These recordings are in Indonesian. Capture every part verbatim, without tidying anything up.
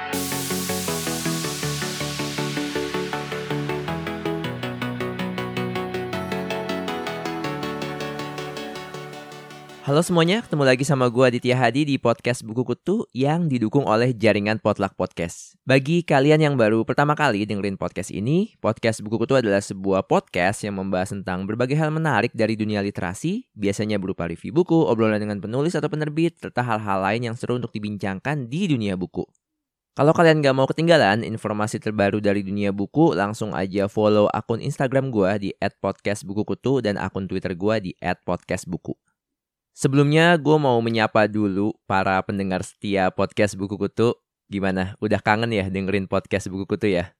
Halo semuanya, ketemu lagi sama gue Aditya Hadi di podcast Buku Kutu yang didukung oleh jaringan Potluck Podcast. Bagi kalian yang baru pertama kali dengerin podcast ini, podcast Buku Kutu adalah sebuah podcast yang membahas tentang berbagai hal menarik dari dunia literasi, biasanya berupa review buku, obrolan dengan penulis atau penerbit, serta hal-hal lain yang seru untuk dibincangkan di dunia buku. Kalau kalian gak mau ketinggalan informasi terbaru dari dunia buku, langsung aja follow akun Instagram gue di et podcast buku kutu dan akun Twitter gue di et podcast buku. Sebelumnya gue mau menyapa dulu para pendengar setia podcast Buku Kutu. Gimana? Udah kangen ya dengerin podcast Buku Kutu ya?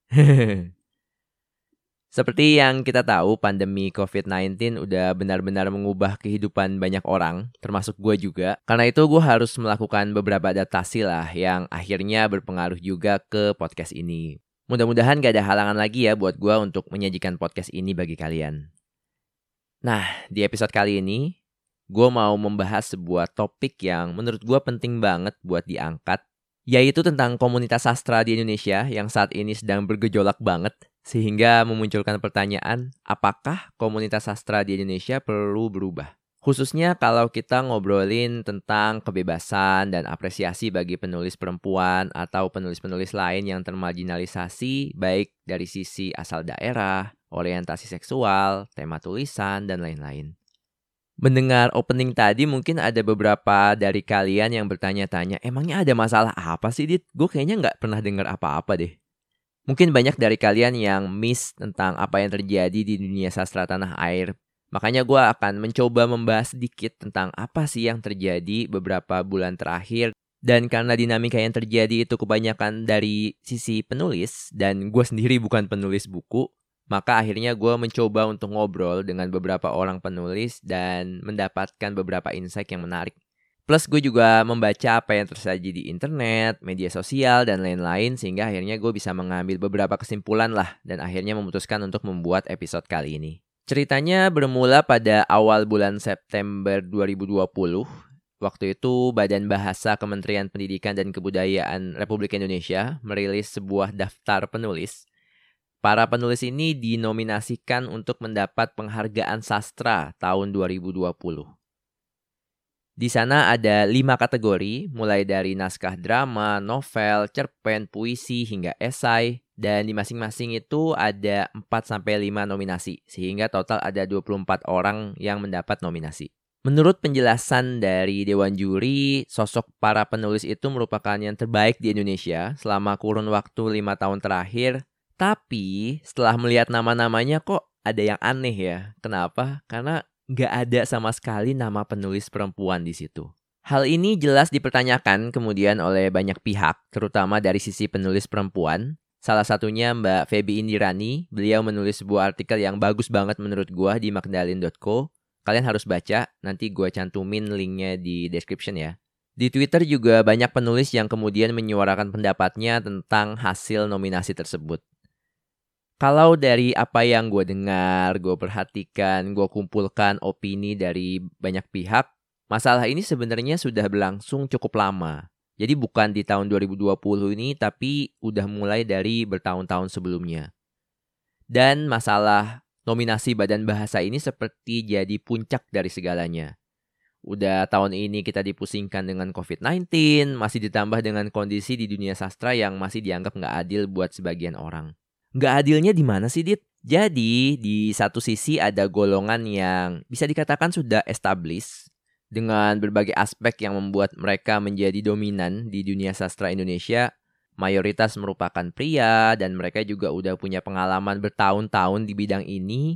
Seperti yang kita tahu, pandemi covid sembilan belas udah benar-benar mengubah kehidupan banyak orang, termasuk gue juga. Karena itu gue harus melakukan beberapa adaptasi lah yang akhirnya berpengaruh juga ke podcast ini. Mudah-mudahan gak ada halangan lagi ya buat gue untuk menyajikan podcast ini bagi kalian. Nah, di episode kali ini, gue mau membahas sebuah topik yang menurut gue penting banget buat diangkat, yaitu tentang komunitas sastra di Indonesia yang saat ini sedang bergejolak banget, sehingga memunculkan pertanyaan, apakah komunitas sastra di Indonesia perlu berubah? Khususnya kalau kita ngobrolin tentang kebebasan dan apresiasi bagi penulis perempuan atau penulis-penulis lain yang termarginalisasi, baik dari sisi asal daerah, orientasi seksual, tema tulisan, dan lain-lain. Mendengar opening tadi mungkin ada beberapa dari kalian yang bertanya-tanya, emangnya ada masalah apa sih Dit? Gue kayaknya gak pernah dengar apa-apa deh. Mungkin banyak dari kalian yang miss tentang apa yang terjadi di dunia sastra tanah air. Makanya gue akan mencoba membahas sedikit tentang apa sih yang terjadi beberapa bulan terakhir. Dan karena dinamika yang terjadi itu kebanyakan dari sisi penulis, dan gue sendiri bukan penulis buku, maka akhirnya gue mencoba untuk ngobrol dengan beberapa orang penulis dan mendapatkan beberapa insight yang menarik. Plus gue juga membaca apa yang tersaji di internet, media sosial, dan lain-lain sehingga akhirnya gue bisa mengambil beberapa kesimpulan lah dan akhirnya memutuskan untuk membuat episode kali ini. Ceritanya bermula pada awal bulan September dua ribu dua puluh. Waktu itu Badan Bahasa Kementerian Pendidikan dan Kebudayaan Republik Indonesia merilis sebuah daftar penulis. Para penulis ini dinominasikan untuk mendapat penghargaan sastra tahun dua ribu dua puluh. Di sana ada lima kategori, mulai dari naskah drama, novel, cerpen, puisi, hingga esai. Dan di masing-masing itu ada empat sampai lima nominasi, sehingga total ada dua puluh empat orang yang mendapat nominasi. Menurut penjelasan dari Dewan Juri, sosok para penulis itu merupakan yang terbaik di Indonesia selama kurun waktu lima tahun terakhir. Tapi setelah melihat nama-namanya kok ada yang aneh ya. Kenapa? Karena nggak ada sama sekali nama penulis perempuan di situ. Hal ini jelas dipertanyakan kemudian oleh banyak pihak, terutama dari sisi penulis perempuan. Salah satunya Mbak Feby Indirani. Beliau menulis sebuah artikel yang bagus banget menurut gua di magdalene dot co. Kalian harus baca, nanti gua cantumin linknya di description ya. Di Twitter juga banyak penulis yang kemudian menyuarakan pendapatnya tentang hasil nominasi tersebut. Kalau dari apa yang gue dengar, gue perhatikan, gue kumpulkan opini dari banyak pihak, masalah ini sebenarnya sudah berlangsung cukup lama. Jadi bukan di tahun dua ribu dua puluh ini, tapi udah mulai dari bertahun-tahun sebelumnya. Dan masalah nominasi Badan Bahasa ini seperti jadi puncak dari segalanya. Udah tahun ini kita dipusingkan dengan covid sembilan belas, masih ditambah dengan kondisi di dunia sastra yang masih dianggap gak adil buat sebagian orang. Gak adilnya di mana sih, Dit? Jadi, di satu sisi ada golongan yang bisa dikatakan sudah established dengan berbagai aspek yang membuat mereka menjadi dominan di dunia sastra Indonesia. Mayoritas merupakan pria dan mereka juga udah punya pengalaman bertahun-tahun di bidang ini.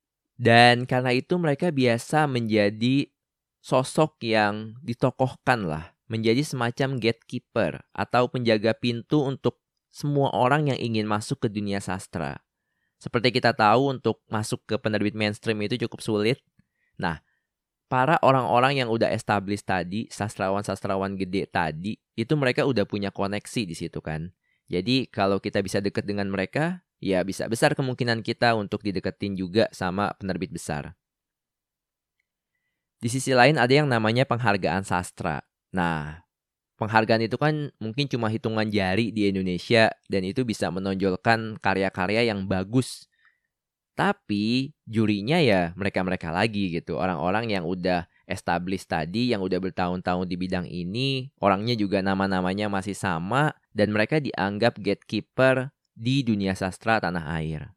Dan karena itu mereka biasa menjadi sosok yang ditokohkan lah, menjadi semacam gatekeeper atau penjaga pintu untuk semua orang yang ingin masuk ke dunia sastra. Seperti kita tahu, untuk masuk ke penerbit mainstream itu cukup sulit. Nah, para orang-orang yang udah established tadi, sastrawan-sastrawan gede tadi, itu mereka udah punya koneksi di situ kan. Jadi kalau kita bisa deket dengan mereka, ya bisa besar kemungkinan kita untuk dideketin juga sama penerbit besar. Di sisi lain ada yang namanya penghargaan sastra. Nah, Penghargaan itu kan mungkin cuma hitungan jari di Indonesia dan itu bisa menonjolkan karya-karya yang bagus. Tapi jurinya ya mereka-mereka lagi gitu. Orang-orang yang udah established tadi, yang udah bertahun-tahun di bidang ini, orangnya juga nama-namanya masih sama dan mereka dianggap gatekeeper di dunia sastra tanah air.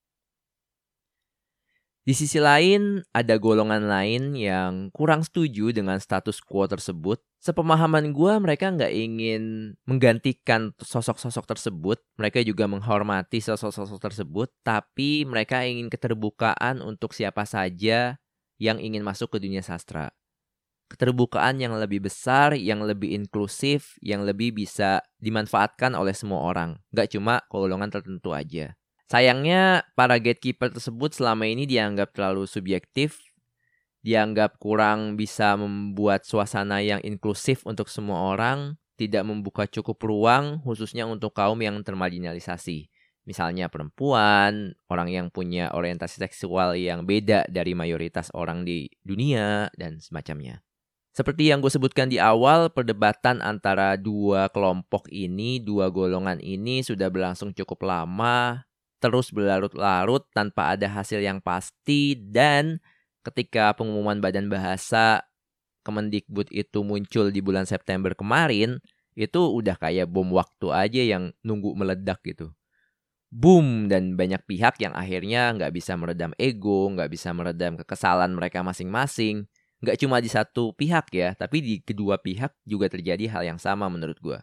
Di sisi lain, ada golongan lain yang kurang setuju dengan status quo tersebut. Sepemahaman gue, mereka nggak ingin menggantikan sosok-sosok tersebut. Mereka juga menghormati sosok-sosok tersebut, tapi mereka ingin keterbukaan untuk siapa saja yang ingin masuk ke dunia sastra. Keterbukaan yang lebih besar, yang lebih inklusif, yang lebih bisa dimanfaatkan oleh semua orang. Nggak cuma golongan tertentu aja. Sayangnya, para gatekeeper tersebut selama ini dianggap terlalu subjektif, dianggap kurang bisa membuat suasana yang inklusif untuk semua orang, tidak membuka cukup ruang khususnya untuk kaum yang termarginalisasi. Misalnya perempuan, orang yang punya orientasi seksual yang beda dari mayoritas orang di dunia, dan semacamnya. Seperti yang gue sebutkan di awal, perdebatan antara dua kelompok ini, dua golongan ini sudah berlangsung cukup lama, terus berlarut-larut tanpa ada hasil yang pasti, dan ketika pengumuman Badan Bahasa Kemendikbud itu muncul di bulan September kemarin, itu udah kayak bom waktu aja yang nunggu meledak gitu. Boom, dan banyak pihak yang akhirnya nggak bisa meredam ego, nggak bisa meredam kekesalan mereka masing-masing. Nggak cuma di satu pihak ya, tapi di kedua pihak juga terjadi hal yang sama menurut gue.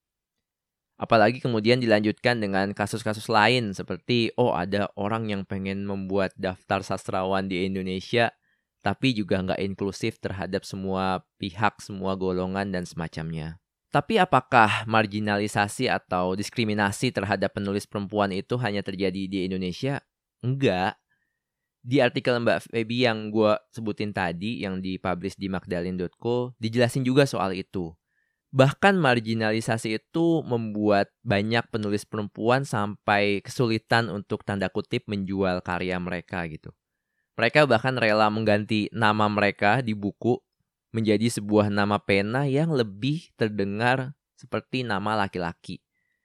Apalagi kemudian dilanjutkan dengan kasus-kasus lain seperti, oh ada orang yang pengen membuat daftar sastrawan di Indonesia, tapi juga nggak inklusif terhadap semua pihak, semua golongan, dan semacamnya. Tapi apakah marginalisasi atau diskriminasi terhadap penulis perempuan itu hanya terjadi di Indonesia? Enggak. Di artikel Mbak Feby yang gue sebutin tadi, yang dipublish di magdalene dot co, dijelasin juga soal itu. Bahkan marginalisasi itu membuat banyak penulis perempuan sampai kesulitan untuk tanda kutip menjual karya mereka gitu. Mereka bahkan rela mengganti nama mereka di buku menjadi sebuah nama pena yang lebih terdengar seperti nama laki-laki.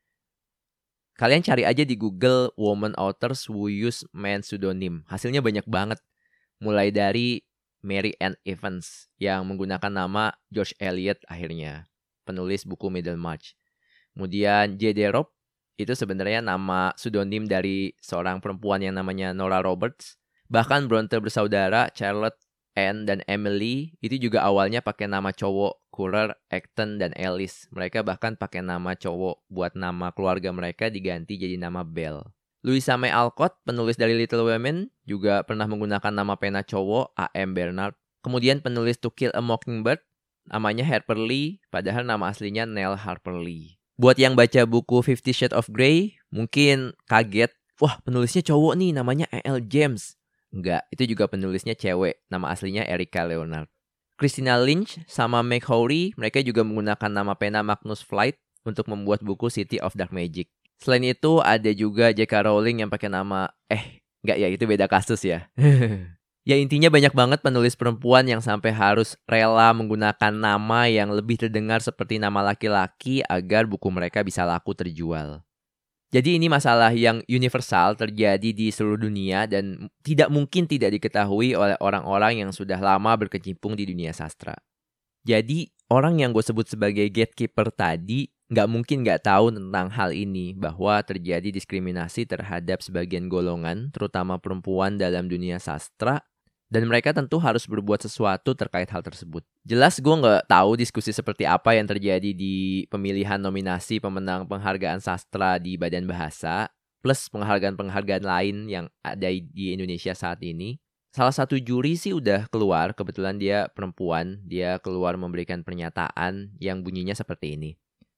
Kalian cari aja di Google woman authors who use man pseudonym. Hasilnya banyak banget. Mulai dari Mary Ann Evans yang menggunakan nama George Eliot akhirnya, penulis buku Middlemarch. Kemudian J D. Robb, itu sebenarnya nama pseudonym dari seorang perempuan yang namanya Nora Roberts. Bahkan Bronte bersaudara, Charlotte, Anne, dan Emily, itu juga awalnya pakai nama cowok, Currer, Acton, dan Ellis. Mereka bahkan pakai nama cowok buat nama keluarga mereka diganti jadi nama Bell. Louisa May Alcott, penulis dari Little Women, juga pernah menggunakan nama pena cowok, A M Bernard. Kemudian penulis To Kill a Mockingbird, namanya Harper Lee, padahal nama aslinya Nell Harper Lee. Buat yang baca buku Fifty Shades of Grey, mungkin kaget, wah penulisnya cowok nih, namanya E L James. Enggak, itu juga penulisnya cewek, nama aslinya Erika Leonard. Christina Lynch sama Meg Howry, mereka juga menggunakan nama pena Magnus Flight untuk membuat buku City of Dark Magic. Selain itu, ada juga J K Rowling yang pakai nama, eh, enggak ya, itu beda kasus ya. Ya intinya banyak banget penulis perempuan yang sampai harus rela menggunakan nama yang lebih terdengar seperti nama laki-laki agar buku mereka bisa laku terjual. Jadi ini masalah yang universal terjadi di seluruh dunia dan tidak mungkin tidak diketahui oleh orang-orang yang sudah lama berkecimpung di dunia sastra. Jadi orang yang gue sebut sebagai gatekeeper tadi nggak mungkin nggak tahu tentang hal ini, bahwa terjadi diskriminasi terhadap sebagian golongan, terutama perempuan dalam dunia sastra, dan mereka tentu harus berbuat sesuatu terkait hal tersebut. Jelas gue nggak tahu diskusi seperti apa yang terjadi di pemilihan nominasi pemenang penghargaan sastra di Badan Bahasa, plus penghargaan-penghargaan lain yang ada di Indonesia saat ini. Salah satu juri sih udah keluar, kebetulan dia perempuan, dia keluar memberikan pernyataan yang bunyinya seperti ini.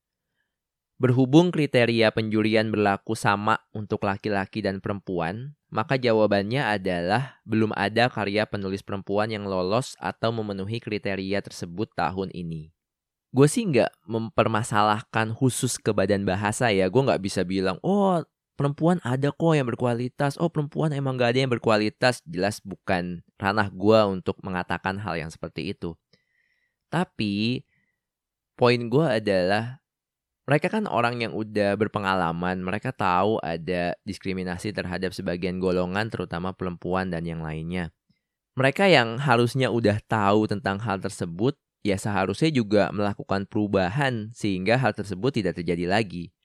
Berhubung kriteria penjurian berlaku sama untuk laki-laki dan perempuan, maka jawabannya adalah belum ada karya penulis perempuan yang lolos atau memenuhi kriteria tersebut tahun ini. Gue sih nggak mempermasalahkan khusus ke Badan Bahasa ya, gue nggak bisa bilang, oh perempuan ada kok yang berkualitas, oh perempuan emang nggak ada yang berkualitas. Jelas bukan ranah gue untuk mengatakan hal yang seperti itu. Tapi Poin gue adalah mereka kan orang yang udah berpengalaman, mereka tahu ada diskriminasi terhadap sebagian golongan terutama perempuan dan yang lainnya. Mereka yang harusnya udah tahu tentang hal tersebut, ya seharusnya juga melakukan perubahan sehingga hal tersebut tidak terjadi lagi.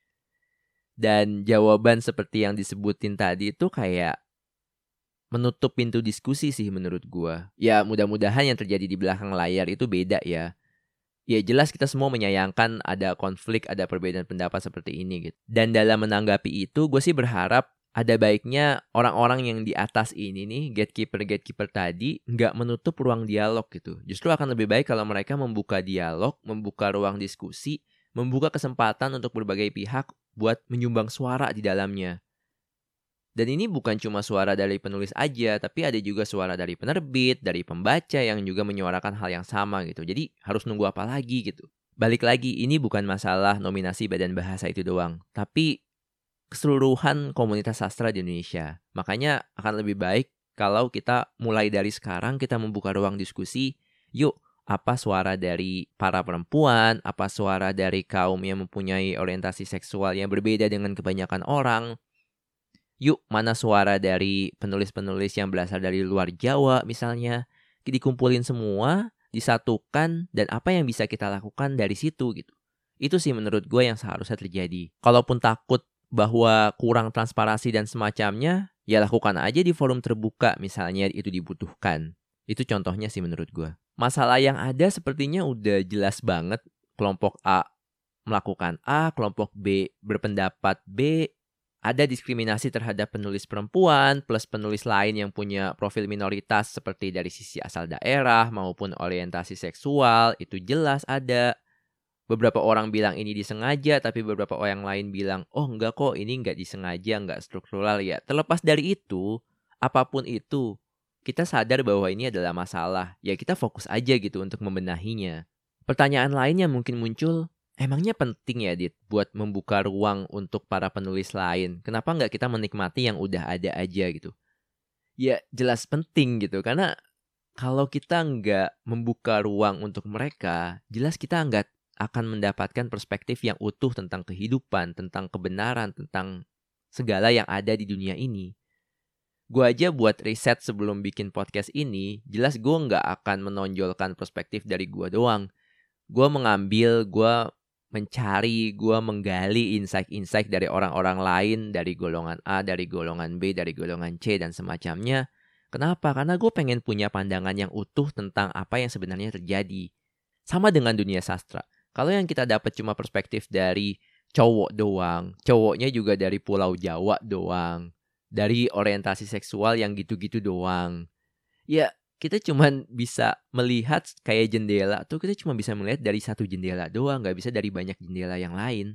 Dan jawaban seperti yang disebutin tadi itu kayak menutup pintu diskusi sih menurut gua. Ya mudah-mudahan yang terjadi di belakang layar itu beda ya. Ya jelas kita semua menyayangkan ada konflik, ada perbedaan pendapat seperti ini gitu. Dan dalam menanggapi itu, gue sih berharap ada baiknya orang-orang yang di atas ini nih, gatekeeper-gatekeeper tadi, nggak menutup ruang dialog gitu. Justru akan lebih baik kalau mereka membuka dialog, membuka ruang diskusi, membuka kesempatan untuk berbagai pihak buat menyumbang suara di dalamnya. Dan ini bukan cuma suara dari penulis aja, tapi ada juga suara dari penerbit, dari pembaca yang juga menyuarakan hal yang sama gitu. Jadi harus nunggu apa lagi gitu. Balik lagi, ini bukan masalah nominasi Badan Bahasa itu doang, tapi keseluruhan komunitas sastra di Indonesia. Makanya akan lebih baik kalau kita mulai dari sekarang kita membuka ruang diskusi. Yuk, apa suara dari para perempuan, apa suara dari kaum yang mempunyai orientasi seksual yang berbeda dengan kebanyakan orang. Yuk, mana suara dari penulis-penulis yang berasal dari luar Jawa misalnya. Dikumpulin semua, disatukan, dan apa yang bisa kita lakukan dari situ gitu. Itu sih menurut gue yang seharusnya terjadi. Kalaupun takut bahwa kurang transparansi dan semacamnya, ya lakukan aja di forum terbuka misalnya itu dibutuhkan. Itu contohnya sih menurut gue. Masalah yang ada sepertinya udah jelas banget. Kelompok A melakukan A, kelompok B berpendapat B. Ada diskriminasi terhadap penulis perempuan plus penulis lain yang punya profil minoritas seperti dari sisi asal daerah maupun orientasi seksual, itu jelas ada. Beberapa orang bilang ini disengaja, tapi beberapa orang lain bilang, oh enggak kok ini enggak disengaja, enggak struktural ya. Terlepas dari itu, apapun itu, kita sadar bahwa ini adalah masalah. Ya kita fokus aja gitu untuk membenahinya. Pertanyaan lain yang mungkin muncul, emangnya penting ya Dit buat membuka ruang untuk para penulis lain? Kenapa nggak kita menikmati yang udah ada aja gitu? Ya jelas penting gitu, karena kalau kita nggak membuka ruang untuk mereka, jelas kita nggak akan mendapatkan perspektif yang utuh tentang kehidupan, tentang kebenaran, tentang segala yang ada di dunia ini. Gue aja buat riset sebelum bikin podcast ini, jelas gue nggak akan menonjolkan perspektif dari gue doang. Gue mengambil, gue mencari, gue menggali insight-insight dari orang-orang lain, dari golongan A, dari golongan B, dari golongan C, dan semacamnya. Kenapa? Karena gue pengen punya pandangan yang utuh tentang apa yang sebenarnya terjadi. Sama dengan dunia sastra. Kalau yang kita dapat cuma perspektif dari cowok doang, cowoknya juga dari Pulau Jawa doang, dari orientasi seksual yang gitu-gitu doang. Ya, kita cuma bisa melihat kayak jendela tuh, kita cuma bisa melihat dari satu jendela doang, gak bisa dari banyak jendela yang lain.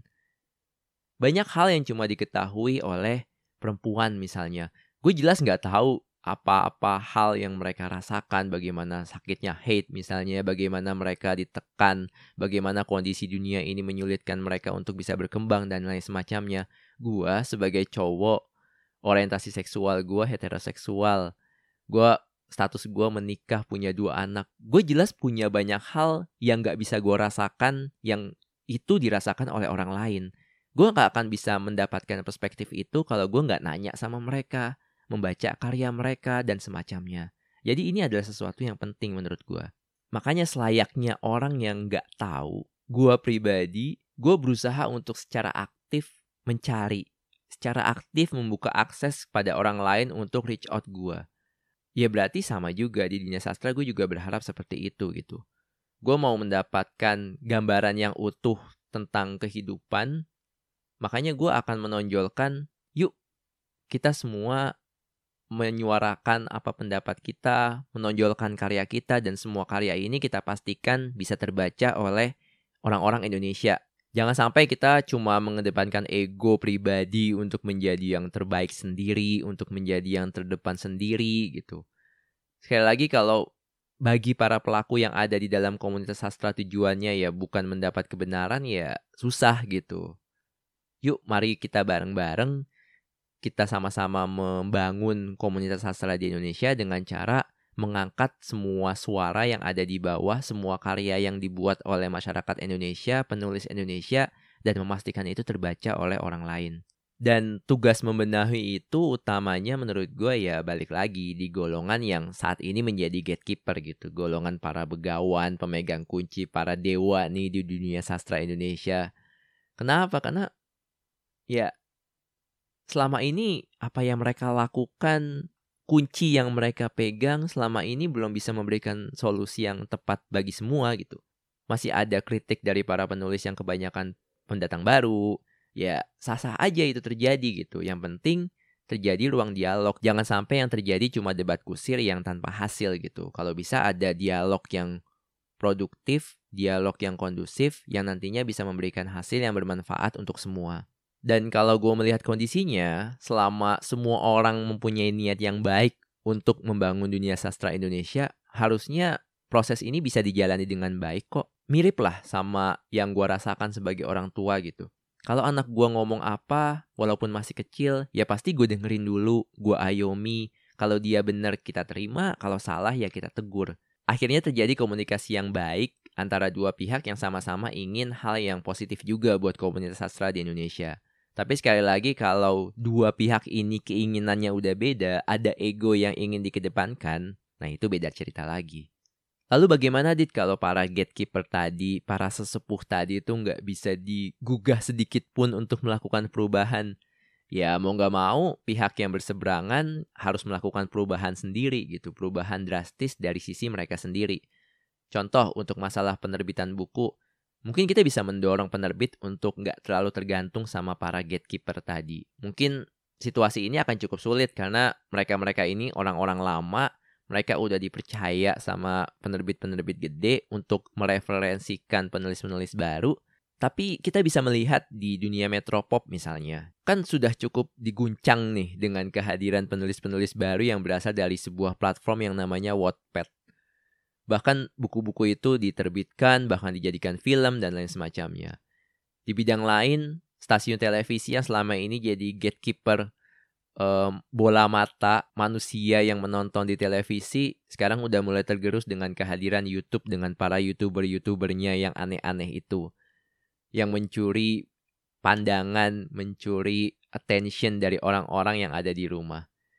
Banyak hal yang cuma diketahui oleh perempuan misalnya. Gue jelas gak tahu apa-apa hal yang mereka rasakan, bagaimana sakitnya hate misalnya, bagaimana mereka ditekan, bagaimana kondisi dunia ini menyulitkan mereka untuk bisa berkembang dan lain semacamnya. Gue sebagai cowok, orientasi seksual gue heteroseksual, gue status gue menikah, punya dua anak, gue jelas punya banyak hal yang gak bisa gue rasakan, yang itu dirasakan oleh orang lain. Gue gak akan bisa mendapatkan perspektif itu kalau gue gak nanya sama mereka, membaca karya mereka, dan semacamnya. Jadi ini adalah sesuatu yang penting menurut gue. Makanya selayaknya orang yang gak tahu, gue pribadi, gue berusaha untuk secara aktif mencari, secara aktif membuka akses pada orang lain untuk reach out gue. Ya berarti sama juga di dunia sastra gue juga berharap seperti itu gitu. Gue mau mendapatkan gambaran yang utuh tentang kehidupan, makanya gue akan menonjolkan, yuk kita semua menyuarakan apa pendapat kita, menonjolkan karya kita, dan semua karya ini kita pastikan bisa terbaca oleh orang-orang Indonesia. Jangan sampai kita cuma mengedepankan ego pribadi untuk menjadi yang terbaik sendiri, untuk menjadi yang terdepan sendiri gitu. Sekali lagi, kalau bagi para pelaku yang ada di dalam komunitas sastra tujuannya ya bukan mendapat kebenaran, ya susah gitu. Yuk mari kita bareng-bareng, kita sama-sama membangun komunitas sastra di Indonesia dengan cara mengangkat semua suara yang ada di bawah, semua karya yang dibuat oleh masyarakat Indonesia, penulis Indonesia, dan memastikan itu terbaca oleh orang lain. Dan tugas membenahi itu utamanya menurut gue ya balik lagi di golongan yang saat ini menjadi gatekeeper gitu. Golongan para begawan, pemegang kunci, para dewa nih di dunia sastra Indonesia. Kenapa? Karena ya selama ini apa yang mereka lakukan, kunci yang mereka pegang selama ini belum bisa memberikan solusi yang tepat bagi semua gitu. Masih ada kritik dari para penulis yang kebanyakan pendatang baru. Ya sah-sah aja itu terjadi gitu. Yang penting terjadi ruang dialog. Jangan sampai yang terjadi cuma debat kusir yang tanpa hasil gitu. Kalau bisa ada dialog yang produktif, dialog yang kondusif, yang nantinya bisa memberikan hasil yang bermanfaat untuk semua. Dan kalau gue melihat kondisinya, selama semua orang mempunyai niat yang baik untuk membangun dunia sastra Indonesia, harusnya proses ini bisa dijalani dengan baik kok. Mirip lah sama yang gue rasakan sebagai orang tua gitu. Kalau anak gue ngomong apa, walaupun masih kecil, ya pasti gue dengerin dulu, gue ayomi. Kalau dia benar kita terima, kalau salah ya kita tegur. Akhirnya terjadi komunikasi yang baik antara dua pihak yang sama-sama ingin hal yang positif juga buat komunitas sastra di Indonesia. Tapi sekali lagi kalau dua pihak ini keinginannya udah beda, ada ego yang ingin dikedepankan, nah itu beda cerita lagi. Lalu bagaimana Dit kalau para gatekeeper tadi, para sesepuh tadi itu nggak bisa digugah sedikit pun untuk melakukan perubahan? Ya mau nggak mau pihak yang berseberangan harus melakukan perubahan sendiri gitu, perubahan drastis dari sisi mereka sendiri. Contoh untuk masalah penerbitan buku, mungkin kita bisa mendorong penerbit untuk nggak terlalu tergantung sama para gatekeeper tadi. Mungkin situasi ini akan cukup sulit karena mereka-mereka ini orang-orang lama, mereka udah dipercaya sama penerbit-penerbit gede untuk mereferensikan penulis-penulis baru. Tapi kita bisa melihat di dunia metropop misalnya, kan sudah cukup diguncang nih dengan kehadiran penulis-penulis baru yang berasal dari sebuah platform yang namanya Wattpad. Bahkan buku-buku itu diterbitkan, bahkan dijadikan film dan lain semacamnya. Di bidang lain, stasiun televisi yang selama ini jadi gatekeeper Um, bola mata manusia yang menonton di televisi sekarang udah mulai tergerus dengan kehadiran YouTube dengan para YouTuber-YouTubernya yang aneh-aneh itu, yang mencuri pandangan, mencuri attention dari orang-orang yang ada di rumah.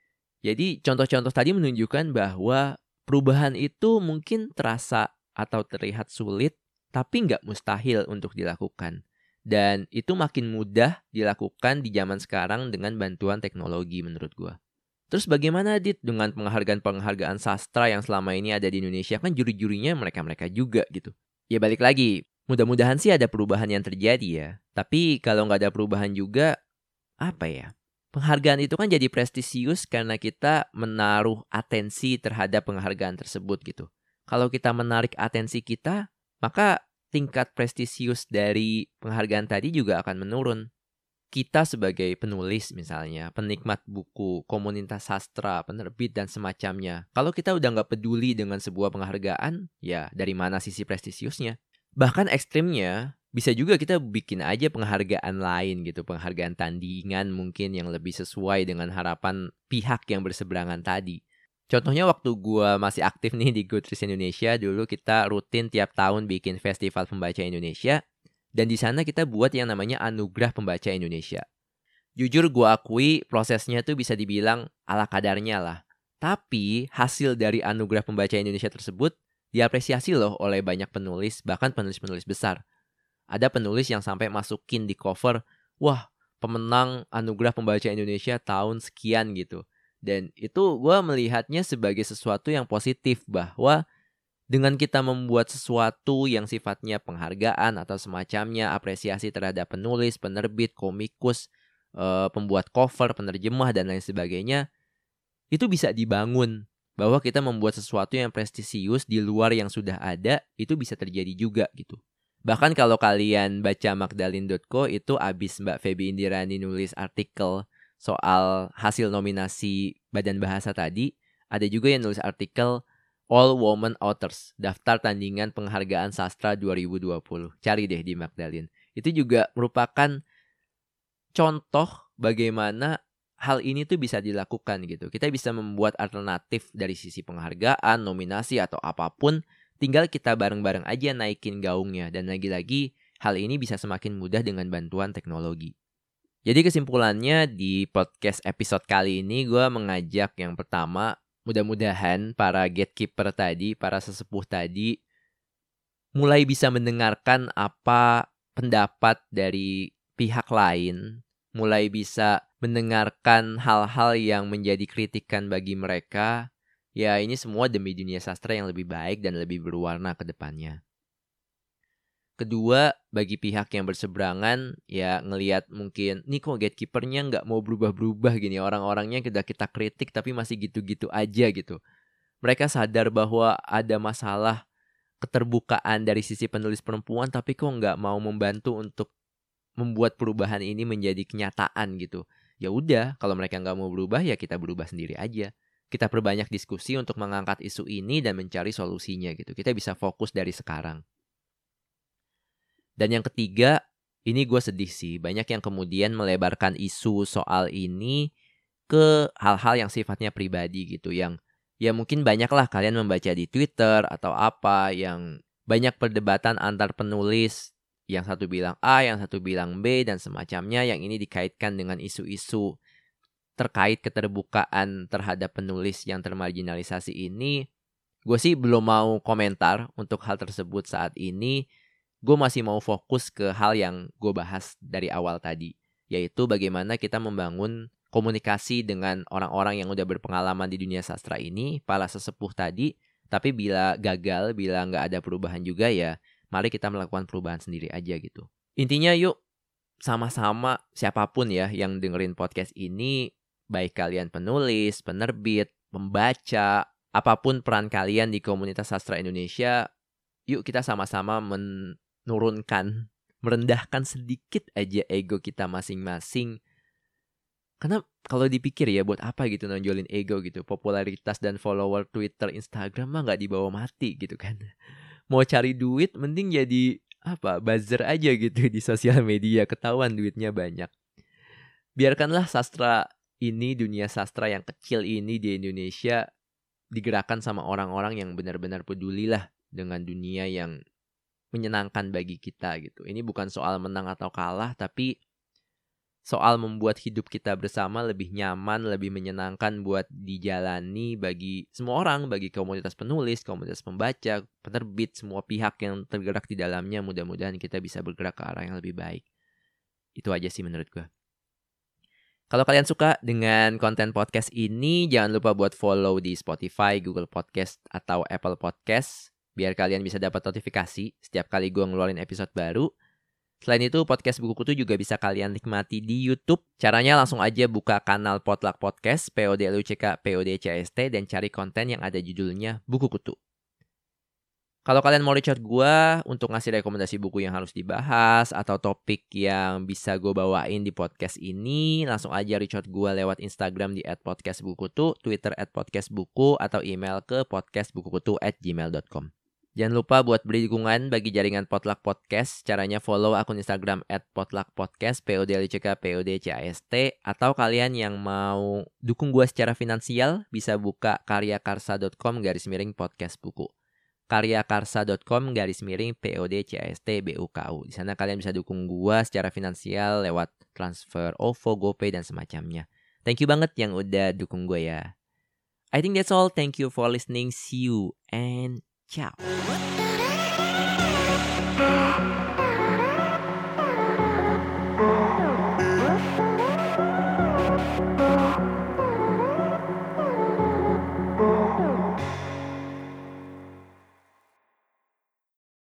Jadi contoh-contoh tadi menunjukkan bahwa perubahan itu mungkin terasa atau terlihat sulit, tapi nggak mustahil untuk dilakukan. Dan itu makin mudah dilakukan di zaman sekarang dengan bantuan teknologi menurut gua. Terus bagaimana Dit dengan penghargaan-penghargaan sastra yang selama ini ada di Indonesia? Kan juri-jurinya mereka-mereka juga gitu. Ya balik lagi, mudah-mudahan sih ada perubahan yang terjadi ya. Tapi kalau nggak ada perubahan juga, apa ya? Penghargaan itu kan jadi prestisius karena kita menaruh atensi terhadap penghargaan tersebut gitu. Kalau kita menarik atensi kita, maka tingkat prestisius dari penghargaan tadi juga akan menurun. Kita sebagai penulis misalnya, penikmat buku, komunitas sastra, penerbit dan semacamnya, kalau kita udah gak peduli dengan sebuah penghargaan, ya dari mana sisi prestisiusnya? Bahkan ekstrimnya, bisa juga kita bikin aja penghargaan lain gitu, penghargaan tandingan mungkin yang lebih sesuai dengan harapan pihak yang berseberangan tadi. Contohnya waktu gue masih aktif nih di Goodreads Indonesia, dulu kita rutin tiap tahun bikin festival pembaca Indonesia. Dan di sana kita buat yang namanya Anugerah Pembaca Indonesia. Jujur gue akui prosesnya tuh bisa dibilang ala kadarnya lah. Tapi hasil dari Anugerah Pembaca Indonesia tersebut diapresiasi loh oleh banyak penulis, bahkan penulis-penulis besar. Ada penulis yang sampai masukin di cover, wah pemenang Anugerah Pembaca Indonesia tahun sekian gitu. Dan itu gue melihatnya sebagai sesuatu yang positif bahwa dengan kita membuat sesuatu yang sifatnya penghargaan atau semacamnya, apresiasi terhadap penulis, penerbit, komikus, e, pembuat cover, penerjemah, dan lain sebagainya, itu bisa dibangun. Bahwa kita membuat sesuatu yang prestisius di luar yang sudah ada, itu bisa terjadi juga gitu. Bahkan kalau kalian baca magdalene dot co, itu abis Mbak Feby Indirani nulis artikel soal hasil nominasi Badan Bahasa tadi, ada juga yang nulis artikel All Women Authors, daftar tandingan penghargaan sastra dua ribu dua puluh. Cari deh di Magdalene. Itu juga merupakan contoh bagaimana hal ini tuh bisa dilakukan gitu. Kita bisa membuat alternatif dari sisi penghargaan, nominasi atau apapun. Tinggal kita bareng-bareng aja naikin gaungnya. Dan lagi-lagi hal ini bisa semakin mudah dengan bantuan teknologi. Jadi kesimpulannya di podcast episode kali ini gue mengajak yang pertama, mudah-mudahan para gatekeeper tadi, para sesepuh tadi mulai bisa mendengarkan apa pendapat dari pihak lain, mulai bisa mendengarkan hal-hal yang menjadi kritikan bagi mereka. Ya ini semua demi dunia sastra yang lebih baik dan lebih berwarna ke depannya. Kedua, bagi pihak yang berseberangan, ya ngelihat mungkin, nih kok gatekeepernya nggak mau berubah-berubah gini, orang-orangnya udah kita kritik tapi masih gitu-gitu aja gitu. Mereka sadar bahwa ada masalah keterbukaan dari sisi penulis perempuan, tapi kok nggak mau membantu untuk membuat perubahan ini menjadi kenyataan gitu. Ya udah, kalau mereka nggak mau berubah, ya kita berubah sendiri aja. Kita perbanyak diskusi untuk mengangkat isu ini dan mencari solusinya gitu. Kita bisa fokus dari sekarang. Dan yang ketiga, ini gue sedih sih. Banyak yang kemudian melebarkan isu soal ini ke hal-hal yang sifatnya pribadi gitu. Yang ya mungkin banyaklah kalian membaca di Twitter atau apa. Yang banyak perdebatan antar penulis. Yang satu bilang A, yang satu bilang B dan semacamnya. Yang ini dikaitkan dengan isu-isu terkait keterbukaan terhadap penulis yang termarginalisasi ini. Gue sih belum mau komentar untuk hal tersebut saat ini. Gue masih mau fokus ke hal yang gue bahas dari awal tadi, yaitu bagaimana kita membangun komunikasi dengan orang-orang yang udah berpengalaman di dunia sastra ini, para sesepuh tadi. Tapi bila gagal, bila gak ada perubahan juga ya, mari kita melakukan perubahan sendiri aja gitu. Intinya yuk, sama-sama siapapun ya yang dengerin podcast ini, baik kalian penulis, penerbit, pembaca, apapun peran kalian di komunitas sastra Indonesia, yuk kita sama-sama menurunkan, merendahkan sedikit aja ego kita masing-masing. Karena kalau dipikir ya, buat apa gitu nonjolin ego gitu. Popularitas dan follower Twitter, Instagram mah gak dibawa mati gitu kan. Mau cari duit mending jadi apa, buzzer aja gitu di sosial media, ketahuan duitnya banyak. Biarkanlah sastra ini, dunia sastra yang kecil ini di Indonesia digerakkan sama orang-orang yang benar-benar peduli lah dengan dunia yang menyenangkan bagi kita gitu. Ini bukan soal menang atau kalah, tapi soal membuat hidup kita bersama lebih nyaman, lebih menyenangkan buat dijalani bagi semua orang, bagi komunitas penulis, komunitas pembaca, penerbit, semua pihak yang tergerak di dalamnya. Mudah-mudahan kita bisa bergerak ke arah yang lebih baik. Itu aja sih menurut gue. Kalau kalian suka dengan konten podcast ini, jangan lupa buat follow di Spotify, Google Podcast, atau Apple Podcast, biar kalian bisa dapat notifikasi setiap kali gue ngeluarin episode baru. Selain itu, podcast Buku Kutu juga bisa kalian nikmati di YouTube. Caranya langsung aja buka kanal Potluck Podcast, P O D L U C K P O D C A S T, dan cari konten yang ada judulnya Buku Kutu. Kalau kalian mau reach out gue untuk ngasih rekomendasi buku yang harus dibahas atau topik yang bisa gue bawain di podcast ini, langsung aja reach out gue lewat Instagram di et podcastbukutu, Twitter et podcastbuku, atau email ke podcastbukukutu at gmail dot com. Jangan lupa buat beri dukungan bagi jaringan Potluck Podcast. Caranya follow akun Instagram et potluckpodcast, P O D L U C K P O D C A S T. Atau kalian yang mau dukung gue secara finansial, bisa buka karyakarsa dot com garis miring podcast buku. karyakarsa dot com garis miring P O D C A S T B U K U. Di sana kalian bisa dukung gua secara finansial lewat transfer O V O, GoPay dan semacamnya. Thank you banget yang udah dukung gua ya. I think that's all. Thank you for listening. See you and ciao.